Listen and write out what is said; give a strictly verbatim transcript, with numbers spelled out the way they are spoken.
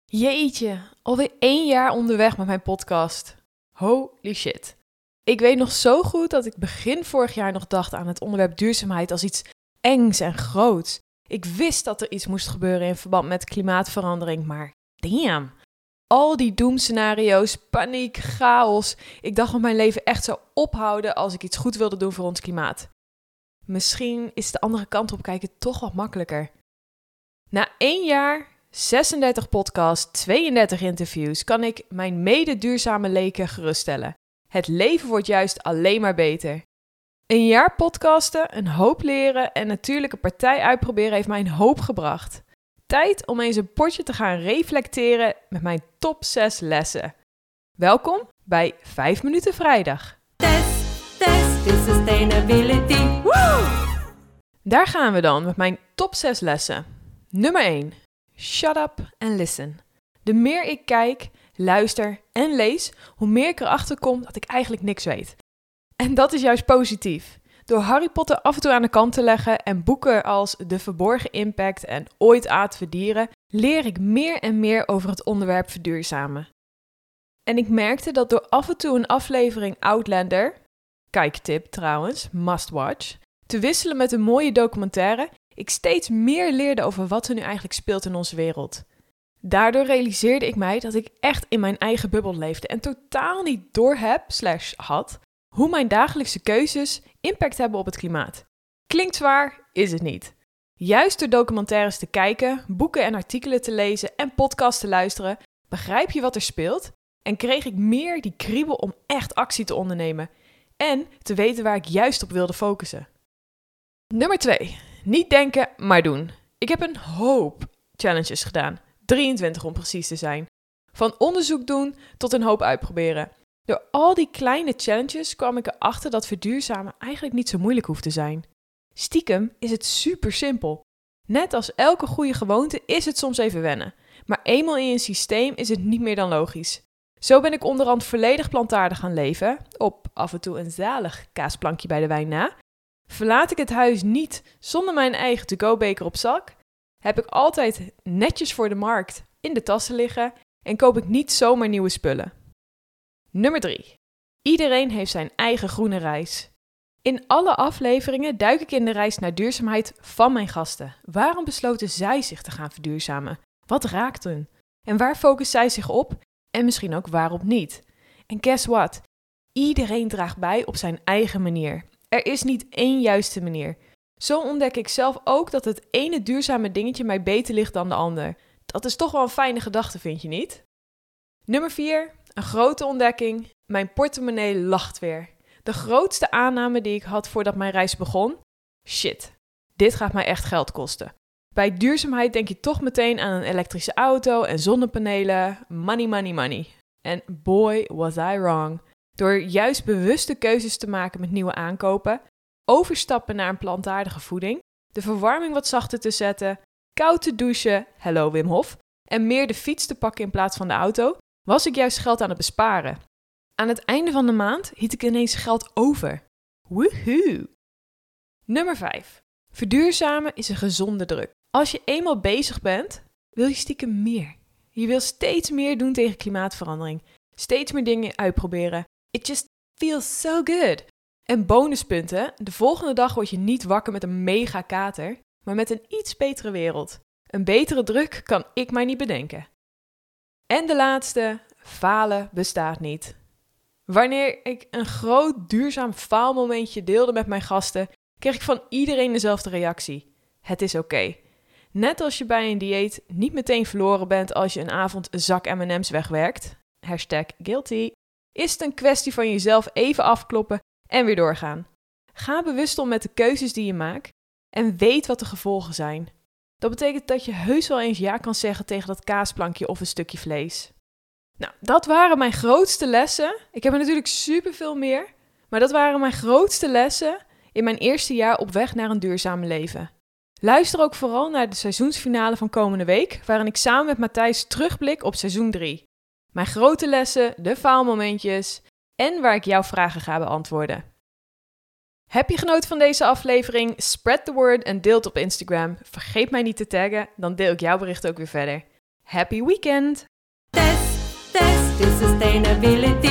Jeetje, alweer één jaar onderweg met mijn podcast. Holy shit. Ik weet nog zo goed dat ik begin vorig jaar nog dacht aan het onderwerp duurzaamheid als iets engs en groots. Ik wist dat er iets moest gebeuren in verband met klimaatverandering, maar damn. Al die doemscenario's, paniek, chaos. Ik dacht dat mijn leven echt zou ophouden als ik iets goed wilde doen voor ons klimaat. Misschien is de andere kant op kijken toch wat makkelijker. Na één jaar, zesendertig podcasts, tweeëndertig interviews, kan ik mijn mede-duurzame leken geruststellen. Het leven wordt juist alleen maar beter. Een jaar podcasten, een hoop leren en natuurlijk een partij uitproberen heeft mij een hoop gebracht. Tijd om eens een potje te gaan reflecteren met mijn top zes lessen. Welkom bij vijf minuten vrijdag. Test, test, is sustainability. Woo! Daar gaan we dan met mijn top zes lessen. Nummer één. Shut up and listen. De meer ik kijk, luister en lees, hoe meer ik erachter kom dat ik eigenlijk niks weet. En dat is juist positief. Door Harry Potter af en toe aan de kant te leggen en boeken als De Verborgen Impact en Ooit aten we dieren, leer ik meer en meer over het onderwerp verduurzamen. En ik merkte dat door af en toe een aflevering Outlander, kijktip trouwens, must watch, te wisselen met een mooie documentaire, ik steeds meer leerde over wat er nu eigenlijk speelt in onze wereld. Daardoor realiseerde ik mij dat ik echt in mijn eigen bubbel leefde en totaal niet doorheb, slash had, hoe mijn dagelijkse keuzes impact hebben op het klimaat. Klinkt zwaar, is het niet. Juist door documentaires te kijken, boeken en artikelen te lezen en podcasts te luisteren, begrijp je wat er speelt en kreeg ik meer die kriebel om echt actie te ondernemen en te weten waar ik juist op wilde focussen. Nummer twee. Niet denken, maar doen. Ik heb een hoop challenges gedaan. drieëntwintig om precies te zijn. Van onderzoek doen tot een hoop uitproberen. Door al die kleine challenges kwam ik erachter dat verduurzamen eigenlijk niet zo moeilijk hoeft te zijn. Stiekem is het super simpel. Net als elke goede gewoonte is het soms even wennen. Maar eenmaal in je systeem is het niet meer dan logisch. Zo ben ik onderhand volledig plantaardig gaan leven, op af en toe een zalig kaasplankje bij de wijn na. Verlaat ik het huis niet zonder mijn eigen to-go-beker op zak, heb ik altijd netjes voor de markt in de tassen liggen en koop ik niet zomaar nieuwe spullen. Nummer drie. Iedereen heeft zijn eigen groene reis. In alle afleveringen duik ik in de reis naar duurzaamheid van mijn gasten. Waarom besloten zij zich te gaan verduurzamen? Wat raakt hun? En waar focussen zij zich op? En misschien ook waarop niet? En guess what? Iedereen draagt bij op zijn eigen manier. Er is niet één juiste manier. Zo ontdek ik zelf ook dat het ene duurzame dingetje mij beter ligt dan de ander. Dat is toch wel een fijne gedachte, vind je niet? Nummer vier. Een grote ontdekking. Mijn portemonnee lacht weer. De grootste aanname die ik had voordat mijn reis begon. Shit, dit gaat mij echt geld kosten. Bij duurzaamheid denk je toch meteen aan een elektrische auto en zonnepanelen. Money, money, money. En boy was I wrong. Door juist bewuste keuzes te maken met nieuwe aankopen, overstappen naar een plantaardige voeding, de verwarming wat zachter te zetten, koud te douchen, hello Wim Hof, en meer de fiets te pakken in plaats van de auto, was ik juist geld aan het besparen. Aan het einde van de maand hield ik ineens geld over. Woehoe! Nummer vijf. Verduurzamen is een gezonde druk. Als je eenmaal bezig bent, wil je stiekem meer. Je wil steeds meer doen tegen klimaatverandering. Steeds meer dingen uitproberen. It just feels so good. En bonuspunten, de volgende dag word je niet wakker met een mega kater, maar met een iets betere wereld. Een betere druk kan ik mij niet bedenken. En de laatste, falen bestaat niet. Wanneer ik een groot duurzaam faalmomentje deelde met mijn gasten, kreeg ik van iedereen dezelfde reactie. Het is oké. Okay. Net als je bij een dieet niet meteen verloren bent als je een avond een zak M en M's wegwerkt, hashtag guilty, is het een kwestie van jezelf even afkloppen en weer doorgaan. Ga bewust om met de keuzes die je maakt en weet wat de gevolgen zijn. Dat betekent dat je heus wel eens ja kan zeggen tegen dat kaasplankje of een stukje vlees. Nou, dat waren mijn grootste lessen. Ik heb er natuurlijk superveel meer, maar dat waren mijn grootste lessen in mijn eerste jaar op weg naar een duurzaam leven. Luister ook vooral naar de seizoensfinale van komende week, waarin ik samen met Matthijs terugblik op seizoen drie. Mijn grote lessen, de faalmomentjes en waar ik jouw vragen ga beantwoorden. Heb je genoten van deze aflevering? Spread the word en deel het op Instagram. Vergeet mij niet te taggen, dan deel ik jouw bericht ook weer verder. Happy weekend! Test, test is sustainability.